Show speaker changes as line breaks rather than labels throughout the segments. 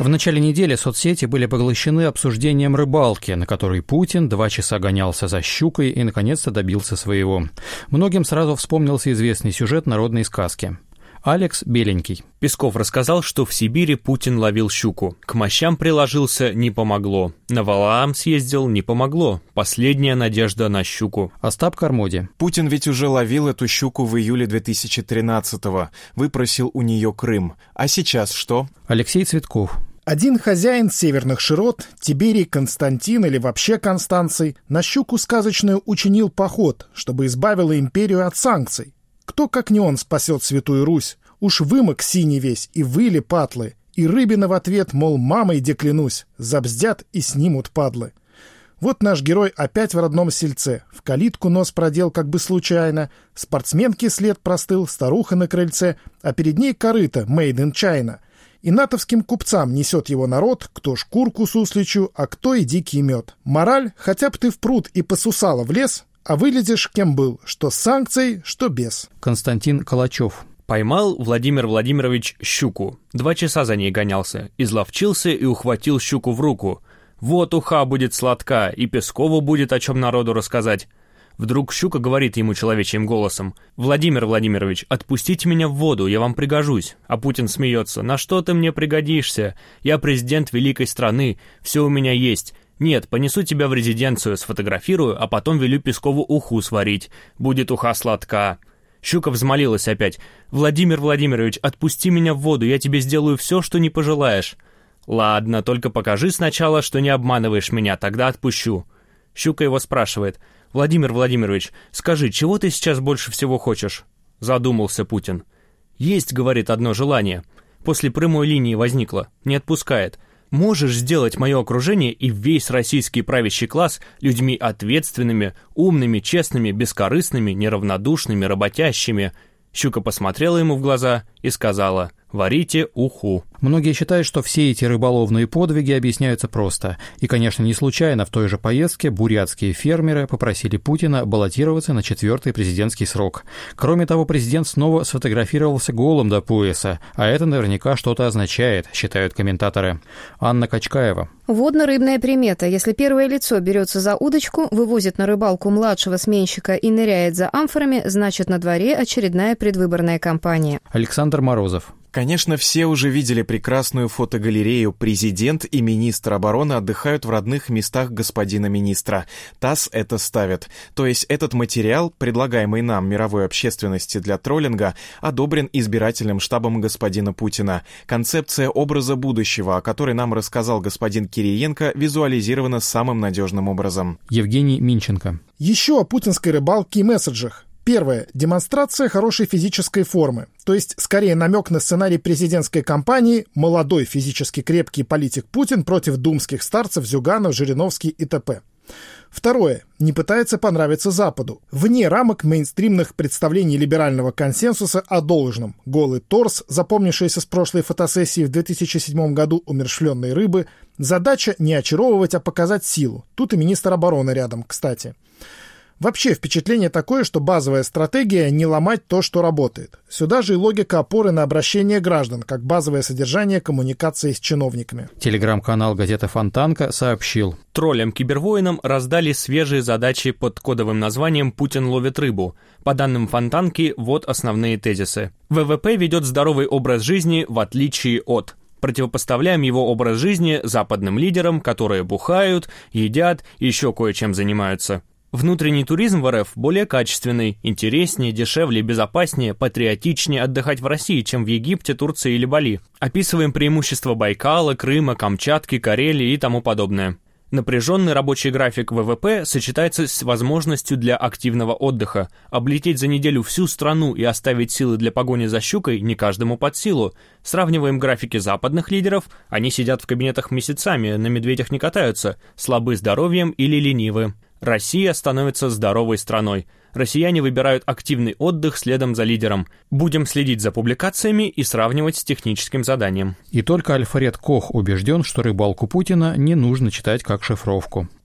В начале недели соцсети были поглощены обсуждением рыбалки, на которой Путин 2 часа гонялся за щукой и, наконец-то, добился своего. Многим сразу вспомнился известный сюжет народной сказки. Алекс Беленький.
Песков рассказал, что в Сибири Путин ловил щуку. К мощам приложился — не помогло. На Валаам съездил — не помогло. Последняя надежда на щуку.
Остап Кармоди.
Путин ведь уже ловил эту щуку в июле 2013-го. Выпросил у нее Крым. А сейчас что?
Алексей Цветков.
Один хозяин северных широт, Тиберий Константин или вообще Констанций, на щуку сказочную учинил поход, чтобы избавила империю от санкций. Кто, как не он, спасет Святую Русь? Уж вымок синий весь, и выли патлы, и рыбина в ответ, мол, мамой де клянусь, забздят и снимут падлы. Вот наш герой опять в родном сельце, в калитку нос продел как бы случайно, спортсменки след простыл, старуха на крыльце, а перед ней корыто, made in China. И натовским купцам несет его народ, кто шкурку сусличу, а кто и дикий мед. Мораль, хотя б ты в пруд и посусала в лес, а вылезешь кем был, что с санкцией, что без.
Константин Калачев.
Поймал Владимир Владимирович щуку. 2 часа за ней гонялся. Изловчился и ухватил щуку в руку. Вот уха будет сладка, и Пескову будет о чем народу рассказать. Вдруг щука говорит ему человечьим голосом: «Владимир Владимирович, отпустите меня в воду, я вам пригожусь». А Путин смеется: «На что ты мне пригодишься? Я президент великой страны, все у меня есть. Нет, понесу тебя в резиденцию, сфотографирую, а потом велю Пескову уху сварить. Будет уха сладка». Щука взмолилась опять: «Владимир Владимирович, отпусти меня в воду, я тебе сделаю все, что не пожелаешь». «Ладно, только покажи сначала, что не обманываешь меня, тогда отпущу». Щука его спрашивает: «Владимир Владимирович, скажи, чего ты сейчас больше всего хочешь?» Задумался Путин. «Есть, — говорит, — одно желание. После прямой линии возникло, не отпускает. Можешь сделать мое окружение и весь российский правящий класс людьми ответственными, умными, честными, бескорыстными, неравнодушными, работящими». Щука посмотрела ему в глаза и сказала: «Варите уху».
Многие считают, что все эти рыболовные подвиги объясняются просто. И, конечно, не случайно в той же поездке бурятские фермеры попросили Путина баллотироваться на 4-й президентский срок. Кроме того, президент снова сфотографировался голым до пояса, а это наверняка что-то означает, считают комментаторы. Анна Качкаева.
Водно-рыбная примета. Если первое лицо берется за удочку, вывозит на рыбалку младшего сменщика и ныряет за амфорами, значит, на дворе очередная предвыборная кампания.
Александр Морозов.
Конечно, все уже видели прекрасную фотогалерею. Президент и министр обороны отдыхают в родных местах господина министра. ТАСС это ставит. То есть этот материал, предлагаемый нам, мировой общественности для троллинга, одобрен избирательным штабом господина Путина. Концепция образа будущего, о которой нам рассказал господин Кириенко, визуализирована самым надежным образом.
Евгений Минченко.
Еще о путинской рыбалке и месседжах. Первое. Демонстрация хорошей физической формы, то есть скорее намек на сценарий президентской кампании «Молодой физически крепкий политик Путин против думских старцев Зюганов, Жириновский и т.п». Второе. Не пытается понравиться Западу. Вне рамок мейнстримных представлений либерального консенсуса о должном. Голый торс, запомнившийся с прошлой фотосессии в 2007 году умерщвленной рыбы. Задача не очаровывать, а показать силу. Тут и министр обороны рядом, кстати. Вообще впечатление такое, что базовая стратегия — не ломать то, что работает. Сюда же и логика опоры на обращение граждан, как базовое содержание коммуникации с чиновниками.
Телеграм-канал «Газета Фонтанка» сообщил:
троллям-кибервоинам раздали свежие задачи под кодовым названием «Путин ловит рыбу». По данным Фонтанки, вот основные тезисы. ВВП ведет здоровый образ жизни в отличие от... Противопоставляем его образ жизни западным лидерам, которые бухают, едят и еще кое-чем занимаются. Внутренний туризм в РФ более качественный, интереснее, дешевле, безопаснее, патриотичнее отдыхать в России, чем в Египте, Турции или Бали. Описываем преимущества Байкала, Крыма, Камчатки, Карелии и тому подобное. Напряженный рабочий график ВВП сочетается с возможностью для активного отдыха. Облететь за неделю всю страну и оставить силы для погони за щукой не каждому под силу. Сравниваем графики западных лидеров, они сидят в кабинетах месяцами, на медведях не катаются, слабы здоровьем или ленивы. Россия становится здоровой страной. Россияне выбирают активный отдых следом за лидером. Будем следить за публикациями и сравнивать с техническим заданием.
И только Альфред Кох убежден, что рыбалку Путина не нужно читать как шифровку.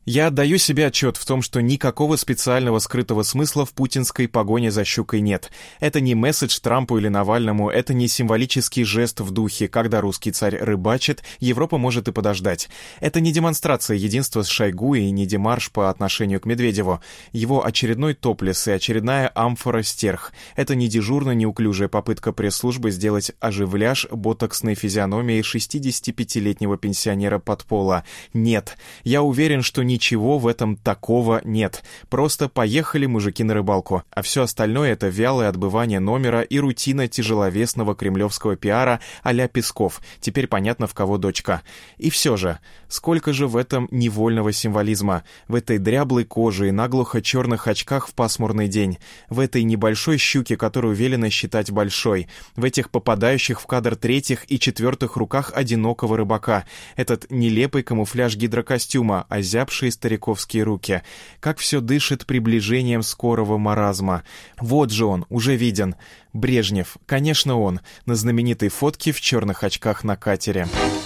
Я отдаю себе отчет в том, что никакого специального скрытого смысла в путинской погоне за щукой нет. Это не месседж Трампу или Навальному, это не символический жест в духе «когда русский царь рыбачит, Европа может и подождать». Это не демонстрация единства с Шойгу и не демарш по отношению к Медведеву. Его очередной топлес и очередная амфора стерх. Это не дежурно неуклюжая попытка пресс-службы сделать оживляж ботоксной физиономией 65-летнего пенсионера подпола. Нет, я уверен, что ничего в этом такого нет. Просто поехали мужики на рыбалку. А все остальное — это вялое отбывание номера и рутина тяжеловесного кремлевского пиара а-ля Песков. Теперь понятно, в кого дочка. И все же, сколько же в этом невольного символизма? В этой дряблой коже и наглухо черных очках в пасмурный день. В этой небольшой щуке, которую велено считать большой. В этих попадающих в кадр третьих и четвертых руках одинокого рыбака. Этот нелепый камуфляж гидрокостюма, озябшие стариковские руки. Как все дышит приближением скорого маразма. Вот же он, уже виден. Брежнев, конечно он, на знаменитой фотке в черных очках на катере.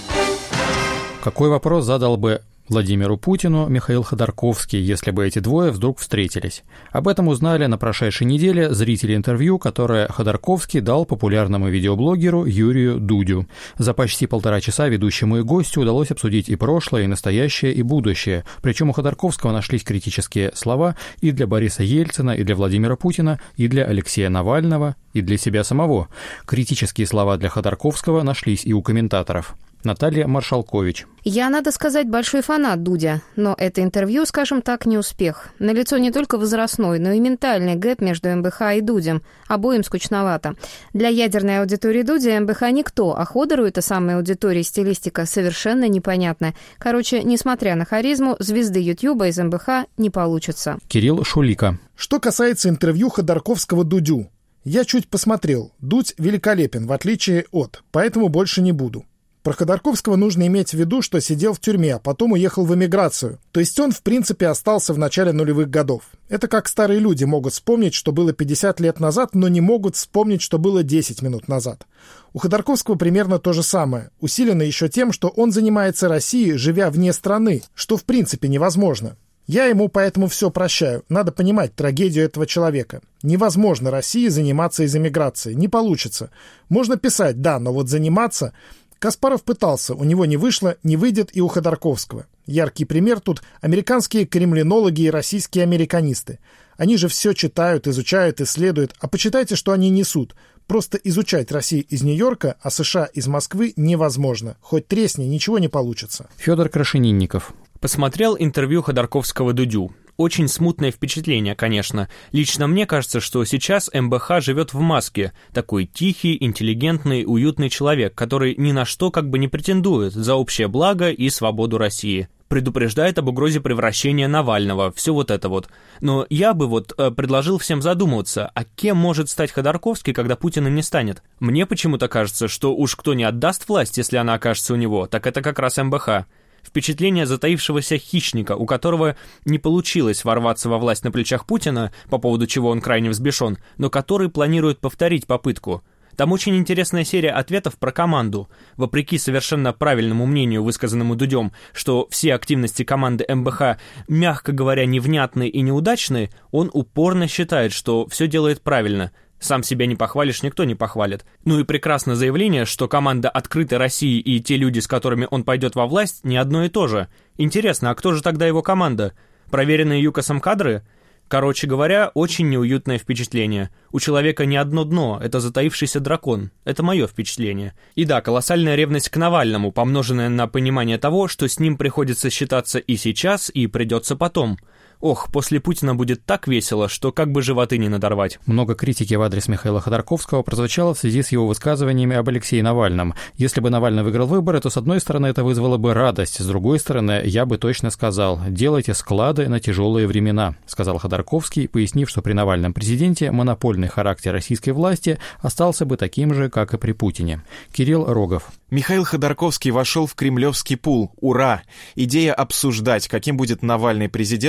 Какой вопрос задал бы Владимиру Путину Михаил Ходорковский, если бы эти двое вдруг встретились? Об этом узнали на прошедшей неделе зрители интервью, которое Ходорковский дал популярному видеоблогеру Юрию Дудю. За почти 1,5 часа ведущему и гостю удалось обсудить и прошлое, и настоящее, и будущее. Причем у Ходорковского нашлись критические слова и для Бориса Ельцина, и для Владимира Путина, и для Алексея Навального, и для себя самого. Критические слова для Ходорковского нашлись и у комментаторов. Наталья Маршалкович.
Я, надо сказать, большой фанат Дудя, но это интервью, скажем так, не успех. Налицо не только возрастной, но и ментальный гэп между МБХ и Дудем. Обоим скучновато. Для ядерной аудитории Дудя МБХ никто, а Ходору эта самая аудитория и стилистика совершенно непонятна. Короче, несмотря на харизму, звезды Ютьюба из МБХ не получится.
Кирилл Шулика.
Что касается интервью Ходорковского Дудю, я чуть посмотрел. Дудь великолепен, в отличие от, поэтому больше не буду. Про Ходорковского нужно иметь в виду, что сидел в тюрьме, а потом уехал в эмиграцию. То есть он, в принципе, остался в начале нулевых годов. Это как старые люди могут вспомнить, что было 50 лет назад, но не могут вспомнить, что было 10 минут назад. У Ходорковского примерно то же самое. Усилено еще тем, что он занимается Россией, живя вне страны, что в принципе невозможно. Я ему поэтому все прощаю. Надо понимать трагедию этого человека. Невозможно России заниматься из эмиграции. Не получится. Можно писать, да, но вот заниматься... Каспаров пытался, у него не вышло, не выйдет и у Ходорковского. Яркий пример тут — американские кремлинологи и российские американисты. Они же все читают, изучают, исследуют, а почитайте, что они несут. Просто изучать Россию из Нью-Йорка, а США из Москвы невозможно. Хоть тресни, ничего не получится.
Федор Крашенинников.
Посмотрел интервью Ходорковского Дудю. Очень смутное впечатление, конечно. Лично мне кажется, что сейчас МБХ живет в маске. Такой тихий, интеллигентный, уютный человек, который ни на что как бы не претендует за общее благо и свободу России. Предупреждает об угрозе превращения Навального, все вот это вот. Но я бы предложил всем задуматься, а кем может стать Ходорковский, когда Путина не станет? Мне почему-то кажется, что уж кто не отдаст власть, если она окажется у него, так это как раз МБХ. Впечатление затаившегося хищника, у которого не получилось ворваться во власть на плечах Путина, по поводу чего он крайне взбешен, но который планирует повторить попытку. Там очень интересная серия ответов про команду. Вопреки совершенно правильному мнению, высказанному Дудем, что все активности команды МБХ, мягко говоря, невнятны и неудачны, он упорно считает, что все делает правильно. Сам себя не похвалишь, никто не похвалит. Ну и прекрасно заявление, что команда «Открытой России» и те люди, с которыми он пойдет во власть, не одно и то же. Интересно, а кто же тогда его команда? Проверенные ЮКОСом кадры? Короче говоря, очень неуютное впечатление. У человека не одно дно, это затаившийся дракон. Это мое впечатление. И да, колоссальная ревность к Навальному, помноженная на понимание того, что с ним приходится считаться и сейчас, и придется потом. Ох, после Путина будет так весело, что как бы животы не надорвать.
Много критики в адрес Михаила Ходорковского прозвучало в связи с его высказываниями об Алексее Навальном. Если бы Навальный выиграл выборы, то с одной стороны это вызвало бы радость, с другой стороны я бы точно сказал: делайте склады на тяжелые времена, сказал Ходорковский, пояснив, что при Навальном президенте монопольный характер российской власти остался бы таким же, как и при Путине. Кирилл Рогов.
Михаил Ходорковский вошел в кремлевский пул. Ура! Идея обсуждать, каким будет Навальный президентом,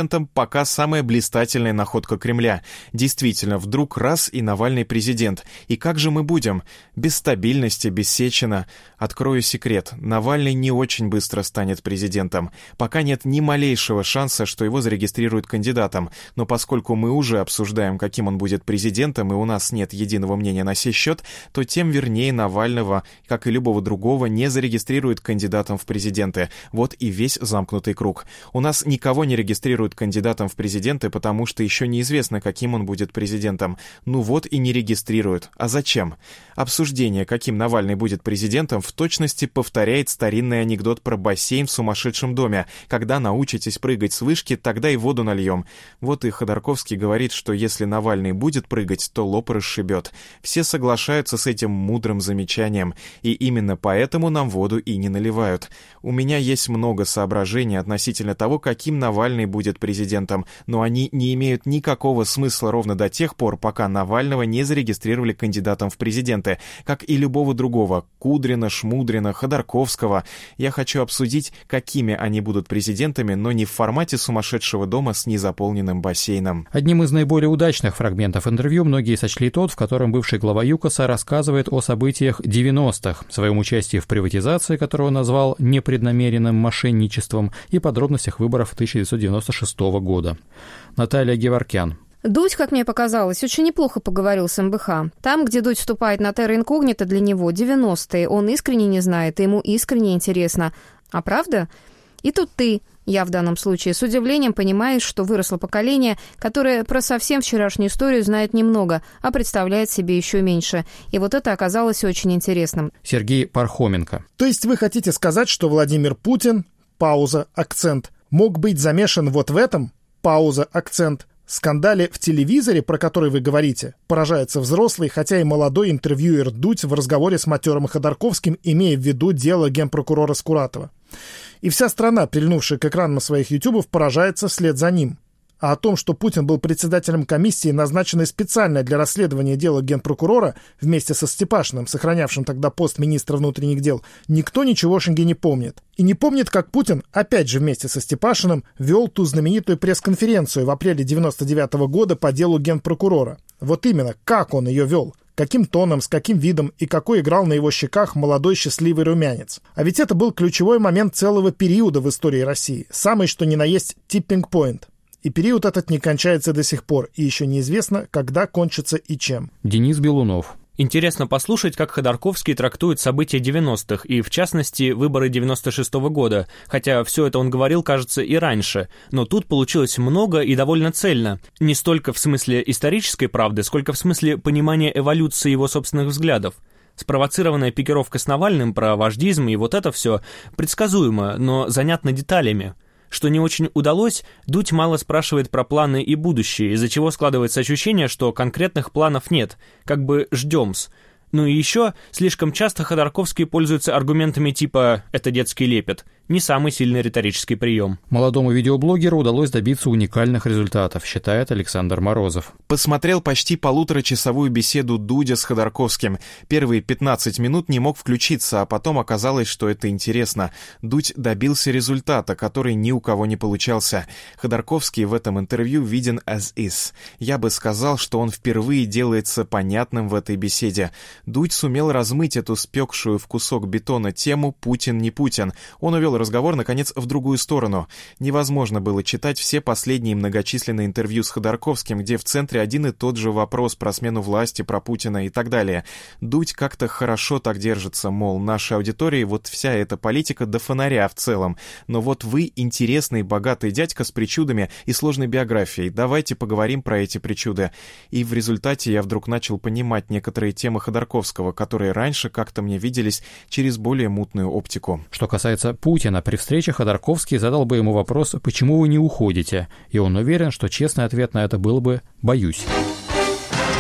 пока самая блистательная находка Кремля. Действительно, вдруг раз и Навальный президент. И как же мы будем? Без стабильности, без Сечина. Открою секрет. Навальный не очень быстро станет президентом. Пока нет ни малейшего шанса, что его зарегистрируют кандидатом. Но поскольку мы уже обсуждаем, каким он будет президентом, и у нас нет единого мнения на сей счет, то тем вернее Навального, как и любого другого, не зарегистрируют кандидатом в президенты. Вот и весь замкнутый круг. У нас никого не регистрируют кандидатом в президенты, потому что еще неизвестно, каким он будет президентом. Ну вот и не регистрируют. А зачем? Обсуждение, каким Навальный будет президентом, в точности повторяет старинный анекдот про бассейн в сумасшедшем доме. Когда научитесь прыгать с вышки, тогда и воду нальем. Вот и Ходорковский говорит, что если Навальный будет прыгать, то лоб расшибет. Все соглашаются с этим мудрым замечанием, и именно поэтому нам воду и не наливают. У меня есть много соображений относительно того, каким Навальный будет президентом, но они не имеют никакого смысла ровно до тех пор, пока Навального не зарегистрировали кандидатом в президенты, как и любого другого — Кудрина, Шмудрина, Ходорковского. Я хочу обсудить, какими они будут президентами, но не в формате сумасшедшего дома с незаполненным бассейном.
Одним из наиболее удачных фрагментов интервью многие сочли тот, в котором бывший глава ЮКОСа рассказывает о событиях 90-х, своем участии в приватизации, которую он назвал непреднамеренным мошенничеством, и подробностях выборов 1996 года. Наталья Геворкян.
Дудь, как мне показалось, очень неплохо поговорил с МБХ. Там, где Дудь вступает на терра инкогнито, для него 90-е, он искренне не знает, и ему искренне интересно. А правда? И тут ты, я в данном случае, с удивлением понимаешь, что выросло поколение, которое про совсем вчерашнюю историю знает немного, а представляет себе еще меньше. И вот это оказалось очень интересным.
Сергей Пархоменко.
То есть вы хотите сказать, что Владимир Путин, пауза, акцент, мог быть замешан вот в этом, пауза, акцент, скандале в телевизоре, про который вы говорите, поражается взрослый, хотя и молодой интервьюер Дудь в разговоре с матерым Ходорковским, имея в виду дело генпрокурора Скуратова. И вся страна, прильнувшая к экранам своих ютубов, поражается вслед за ним. А о том, что Путин был председателем комиссии, назначенной специально для расследования дела генпрокурора, вместе со Степашиным, сохранявшим тогда пост министра внутренних дел, никто ничегошеньки не помнит. И не помнит, как Путин, опять же вместе со Степашиным, вел ту знаменитую пресс-конференцию в апреле 1999 года по делу генпрокурора. Вот именно, как он ее вел. Каким тоном, с каким видом и какой играл на его щеках молодой счастливый румянец. А ведь это был ключевой момент целого периода в истории России. Самый что ни на есть tipping-point. И период этот не кончается до сих пор, и еще неизвестно, когда кончится и чем.
Денис Белунов.
Интересно послушать, как Ходорковский трактует события 90-х, и, в частности, выборы 96-го года, хотя все это он говорил, кажется, и раньше, но тут получилось много и довольно цельно, не столько в смысле исторической правды, сколько в смысле понимания эволюции его собственных взглядов. Спровоцированная пикировка с Навальным про вождизм и вот это все предсказуемо, но занятно деталями. Что не очень удалось, Дудь мало спрашивает про планы и будущее, из-за чего складывается ощущение, что конкретных планов нет, как бы ждем-с. Ну и еще, слишком часто Ходорковский пользуется аргументами типа «это детский лепет». Не самый сильный риторический прием.
Молодому видеоблогеру удалось добиться уникальных результатов, считает Александр Морозов.
Посмотрел почти полуторачасовую беседу Дудя с Ходорковским. Первые 15 минут не мог включиться, а потом оказалось, что это интересно. Дудь добился результата, который ни у кого не получался. Ходорковский в этом интервью виден as is. Я бы сказал, что он впервые делается понятным в этой беседе. Дудь сумел размыть эту спекшую в кусок бетона тему «Путин не Путин». Он увел разговор, наконец, в другую сторону. Невозможно было читать все последние многочисленные интервью с Ходорковским, где в центре один и тот же вопрос про смену власти, про Путина и так далее. Дудь как-то хорошо так держится, мол, нашей аудитории вот вся эта политика до фонаря в целом. Но вот вы интересный, богатый дядька с причудами и сложной биографией. Давайте поговорим про эти причуды. И в результате я вдруг начал понимать некоторые темы Ходорковского, которые раньше как-то мне виделись через более мутную оптику.
Что касается Путина, при встрече Ходорковский задал бы ему вопрос «Почему вы не уходите?» И он уверен, что честный ответ на это был бы «Боюсь». В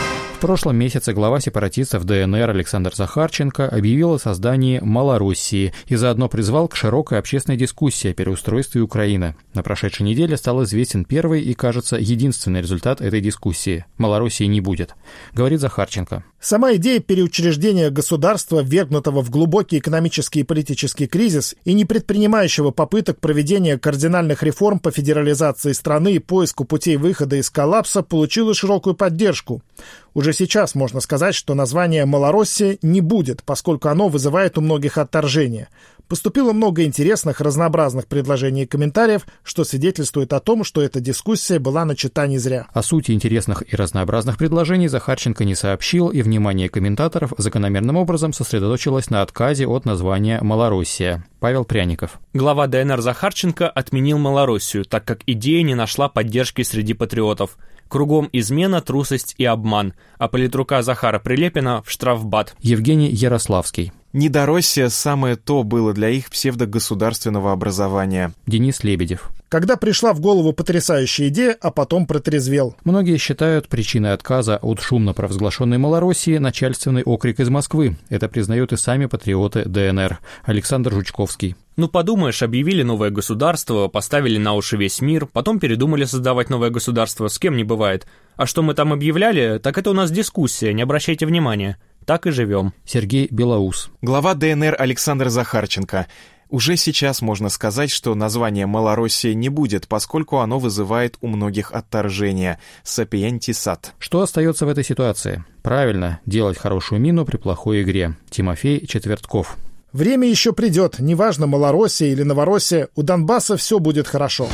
прошлом месяце глава сепаратистов ДНР Александр Захарченко объявил о создании Малороссии и заодно призвал к широкой общественной дискуссии о переустройстве Украины. На прошедшей неделе стал известен первый и, кажется, единственный результат этой дискуссии. Малороссии не будет, говорит Захарченко.
Сама идея переучреждения государства, ввергнутого в глубокий экономический и политический кризис и не предпринимающего попыток проведения кардинальных реформ по федерализации страны и поиску путей выхода из коллапса, получила широкую поддержку. Уже сейчас можно сказать, что название «Малороссия» не будет, поскольку оно вызывает у многих отторжение. Поступило много интересных, разнообразных предложений и комментариев, что свидетельствует о том, что эта дискуссия была начата не зря.
О сути интересных и разнообразных предложений Захарченко не сообщил, и внимание комментаторов закономерным образом сосредоточилось на отказе от названия «Малороссия». Павел Пряников.
Глава ДНР Захарченко отменил Малороссию, так как идея не нашла поддержки среди патриотов. Кругом измена, трусость и обман, а политрука Захара Прилепина в штрафбат.
Евгений Ярославский.
Недороссия – самое то было для их псевдогосударственного образования.
Денис Лебедев.
Когда пришла в голову потрясающая идея, а потом протрезвел.
Многие считают причиной отказа от шумно провозглашенной Малороссии начальственный окрик из Москвы. Это признают и сами патриоты ДНР. Александр Жучковский.
Ну подумаешь, объявили новое государство, поставили на уши весь мир, потом передумали создавать новое государство, с кем не бывает. А что мы там объявляли, так это у нас дискуссия, не обращайте внимания. Так и живем.
Сергей Белоус.
Глава ДНР Александр Захарченко. Уже сейчас можно сказать, что название «Малороссия» не будет, поскольку оно вызывает у многих отторжение. Сапиентисат.
Что остается в этой ситуации? Правильно, делать хорошую мину при плохой игре. Тимофей Четвертков.
Время еще придет. Неважно, Малороссия или Новороссия, у Донбасса все будет хорошо.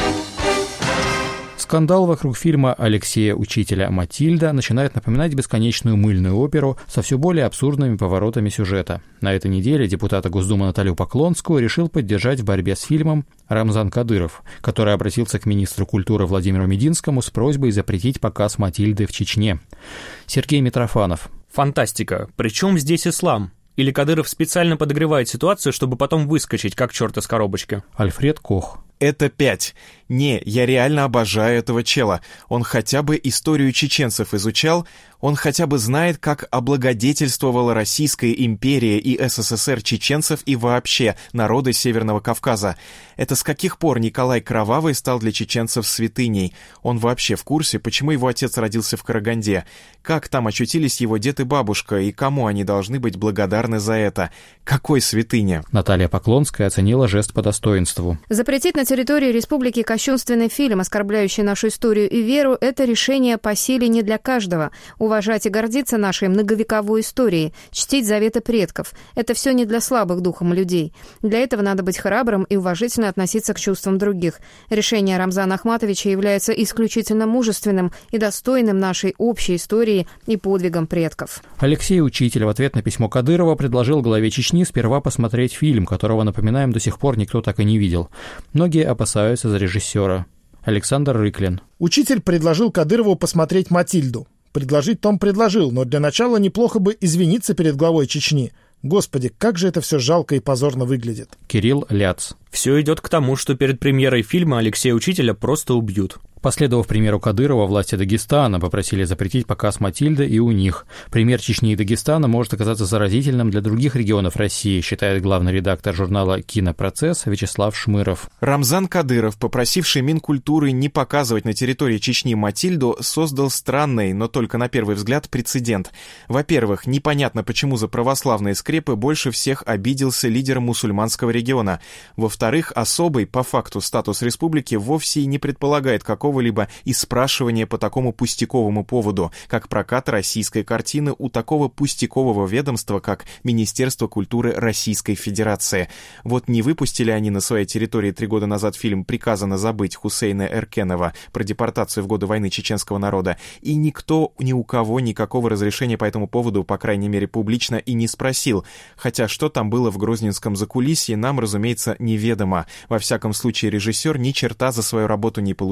Скандал вокруг фильма Алексея Учителя «Матильда» начинает напоминать бесконечную мыльную оперу со все более абсурдными поворотами сюжета. На этой неделе депутата Госдумы Наталью Поклонскую решил поддержать в борьбе с фильмом Рамзан Кадыров, который обратился к министру культуры Владимиру Мединскому с просьбой запретить показ «Матильды» в Чечне. Сергей Митрофанов.
Фантастика. Причем здесь ислам? Или Кадыров специально подогревает ситуацию, чтобы потом выскочить, как черт из коробочки?
Альфред Кох.
Это 5. Не, я реально обожаю этого чела. Он хотя бы историю чеченцев изучал, он хотя бы знает, как облагодетельствовала Российская империя и СССР чеченцев и вообще народы Северного Кавказа. Это с каких пор Николай Кровавый стал для чеченцев святыней? Он вообще в курсе, почему его отец родился в Караганде? Как там очутились его дед и бабушка, и кому они должны быть благодарны за это? Какой святыня?
Наталья Поклонская оценила жест по достоинству.
Запретить на территории республики кощунственный фильм, оскорбляющий нашу историю и веру, это решение по силе не для каждого. Уважать и гордиться нашей многовековой историей, чтить заветы предков – это все не для слабых духом людей. Для этого надо быть храбрым и уважительно относиться к чувствам других. Решение Рамзана Ахматовича является исключительно мужественным и достойным нашей общей истории и подвигам предков.
Алексей Учитель в ответ на письмо Кадырова предложил главе Чечни сперва посмотреть фильм, которого, напоминаем, до сих пор никто так и не видел. Многие опасаются за режиссера. Александр Рыклин.
Учитель предложил Кадырову посмотреть «Матильду». Предложить Том предложил, но для начала неплохо бы извиниться перед главой Чечни. Господи, как же это все жалко и позорно выглядит.
Кирилл Ляц.
Все идет к тому, что перед премьерой фильма Алексея Учителя просто убьют.
Последовав примеру Кадырова, власти Дагестана попросили запретить показ «Матильды» и у них. Пример Чечни и Дагестана может оказаться заразительным для других регионов России, считает главный редактор журнала «Кинопроцесс» Вячеслав Шмыров.
Рамзан Кадыров, попросивший Минкультуры не показывать на территории Чечни «Матильду», создал странный, но только на первый взгляд, прецедент. Во-первых, непонятно, почему за православные скрепы больше всех обиделся лидер мусульманского региона. Во-вторых, особый, по факту, статус республики вовсе и не предполагает какого-либо испрашивания по такому пустяковому поводу, как прокат российской картины у такого пустякового ведомства, как Министерство культуры Российской Федерации. Вот не выпустили они на своей территории 3 года назад фильм «Приказано забыть» Хусейна Эркенова про депортацию в годы войны чеченского народа, и никто ни у кого никакого разрешения по этому поводу, по крайней мере публично, и не спросил. Хотя что там было в грозненском закулисье, нам, разумеется, неведомо. Во всяком случае, режиссер ни черта за свою работу не получил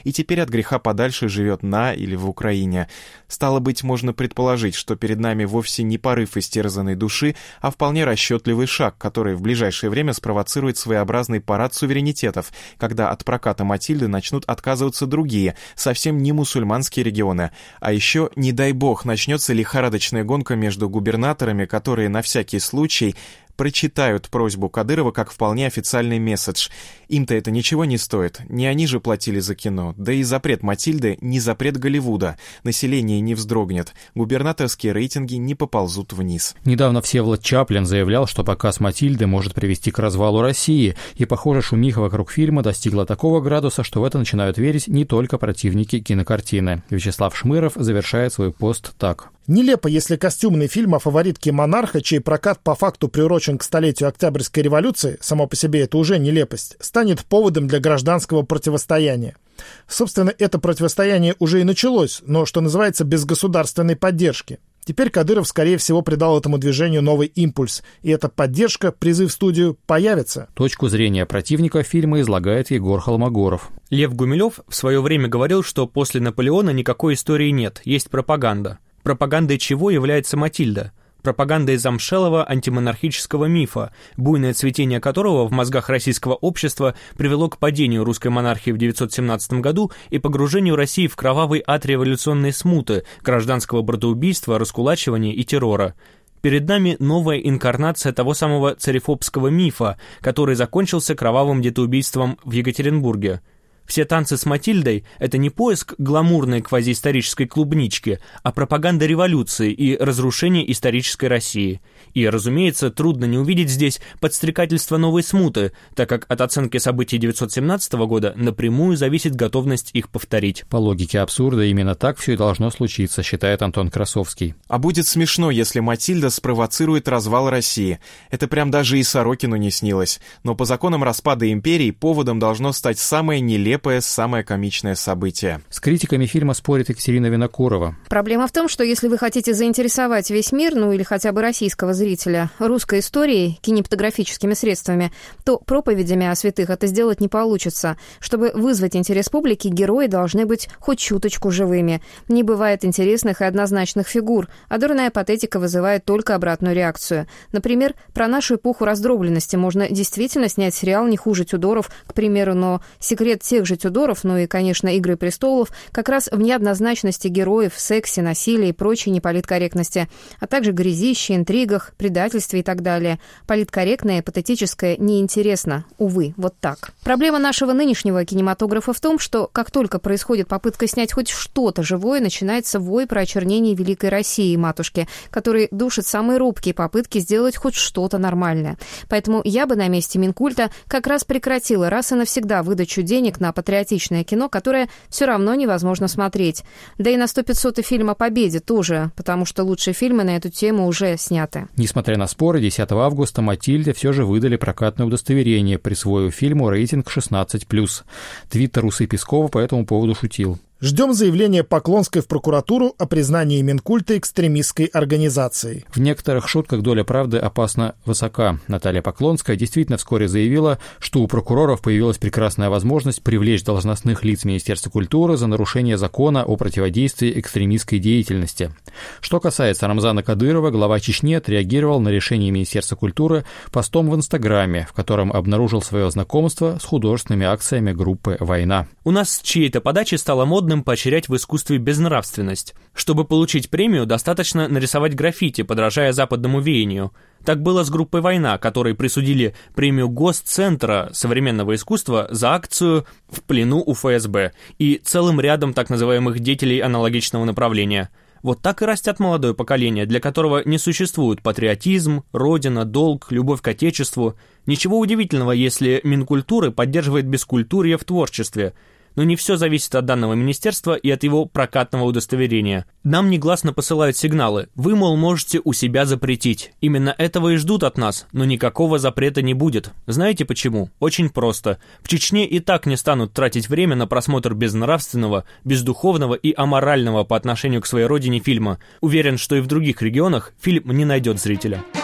и теперь от греха подальше живет на или в Украине. Стало быть, можно предположить, что перед нами вовсе не порыв истерзанной души, а вполне расчетливый шаг, который в ближайшее время спровоцирует своеобразный парад суверенитетов, когда от проката «Матильды» начнут отказываться другие, совсем не мусульманские регионы. А еще, не дай бог, начнется лихорадочная гонка между губернаторами, которые на всякий случай прочитают просьбу Кадырова как вполне официальный месседж. Им-то это ничего не стоит, не они же платили за кино. Да и запрет «Матильды» не запрет Голливуда. Население не вздрогнет, губернаторские рейтинги не поползут вниз.
Недавно Всеволод Чаплин заявлял, что показ «Матильды» может привести к развалу России, и, похоже, шумиха вокруг фильма достигла такого градуса, что в это начинают верить не только противники кинокартины. Вячеслав Шмыров завершает свой пост так.
Нелепо, если костюмный фильм о фаворитке монарха, чей прокат по факту приурочен к столетию Октябрьской революции, само по себе это уже нелепость, станет поводом для гражданского противостояния. Собственно, это противостояние уже и началось, но, что называется, без государственной поддержки. Теперь Кадыров, скорее всего, придал этому движению новый импульс, и эта поддержка, призыв в студию, появится.
Точку зрения противника фильма излагает Егор Холмогоров.
Лев Гумилев в свое время говорил, что после Наполеона никакой истории нет, есть пропаганда. Пропагандой чего является «Матильда»? Пропагандой замшелого антимонархического мифа, буйное цветение которого в мозгах российского общества привело к падению русской монархии в 1917 году и погружению России в кровавый ад революционной смуты, гражданского братоубийства, раскулачивания и террора. Перед нами новая инкарнация того самого царефобского мифа, который закончился кровавым детоубийством в Екатеринбурге. Все танцы с Матильдой — это не поиск гламурной квазиисторической клубнички, а пропаганда революции и разрушение исторической России. И, разумеется, трудно не увидеть здесь подстрекательство новой смуты, так как от оценки событий 1917 года напрямую зависит готовность их повторить.
По логике абсурда, именно так все и должно случиться, считает Антон Красовский.
А будет смешно, если «Матильда» спровоцирует развал России. Это прям даже и Сорокину не снилось. Но по законам распада империи поводом должно стать самое нелепое, самое комичное событие.
С критиками фильма спорит Екатерина Винокурова.
Проблема в том, что если вы хотите заинтересовать весь мир, ну или хотя бы российского зрителя, русской историей, кинематографическими средствами, то проповедями о святых это сделать не получится. Чтобы вызвать интерес публики, герои должны быть хоть чуточку живыми. Не бывает интересных и однозначных фигур, а дурная патетика вызывает только обратную реакцию. Например, про нашу эпоху раздробленности можно действительно снять сериал не хуже «Тюдоров», к примеру, но секрет тех же Тюдоров, ну и, конечно, «Игры престолов», как раз в неоднозначности героев, сексе, насилии и прочей неполиткорректности, а также грязище, интригах, предательстве и так далее. Политкорректное, патетическое неинтересно. Увы, вот так. Проблема нашего нынешнего кинематографа в том, что как только происходит попытка снять хоть что-то живое, начинается вой про очернение великой России, матушки, который душит самые робкие попытки сделать хоть что-то нормальное. Поэтому я бы на месте Минкульта как раз прекратила раз и навсегда выдачу денег на патриотичное кино, которое все равно невозможно смотреть. Да и на 100-500 фильм о Победе тоже, потому что лучшие фильмы на эту тему уже сняты.
Несмотря на споры, 10 августа «Матильде» все же выдали прокатное удостоверение, присвоив фильму рейтинг 16+. Твиттер Усы Пескова по этому поводу шутил.
Ждем заявления Поклонской в прокуратуру о признании Минкульта экстремистской организацией.
В некоторых шутках доля правды опасно высока. Наталья Поклонская действительно вскоре заявила, что у прокуроров появилась прекрасная возможность привлечь должностных лиц Министерства культуры за нарушение закона о противодействии экстремистской деятельности. Что касается Рамзана Кадырова, глава Чечни отреагировал на решение Министерства культуры постом в Инстаграме, в котором обнаружил свое знакомство с художественными акциями группы «Война».
У нас с чьей-то подачи стало модным поощрять в искусстве безнравственность. Чтобы получить премию, достаточно нарисовать граффити, подражая западному веянию. Так было с группой «Война», которой присудили премию Госцентра современного искусства за акцию «В плену у ФСБ» и целым рядом так называемых деятелей аналогичного направления. Вот так и растят молодое поколение, для которого не существует патриотизм, родина, долг, любовь к отечеству. Ничего удивительного, если Минкультуры поддерживает бескультурье в творчестве. Но не все зависит от данного министерства и от его прокатного удостоверения. Нам негласно посылают сигналы. Вы, мол, можете у себя запретить. Именно этого и ждут от нас, но никакого запрета не будет. Знаете почему? Очень просто. В Чечне и так не станут тратить время на просмотр безнравственного, бездуховного и аморального по отношению к своей родине фильма. Уверен, что и в других регионах фильм не найдет зрителя.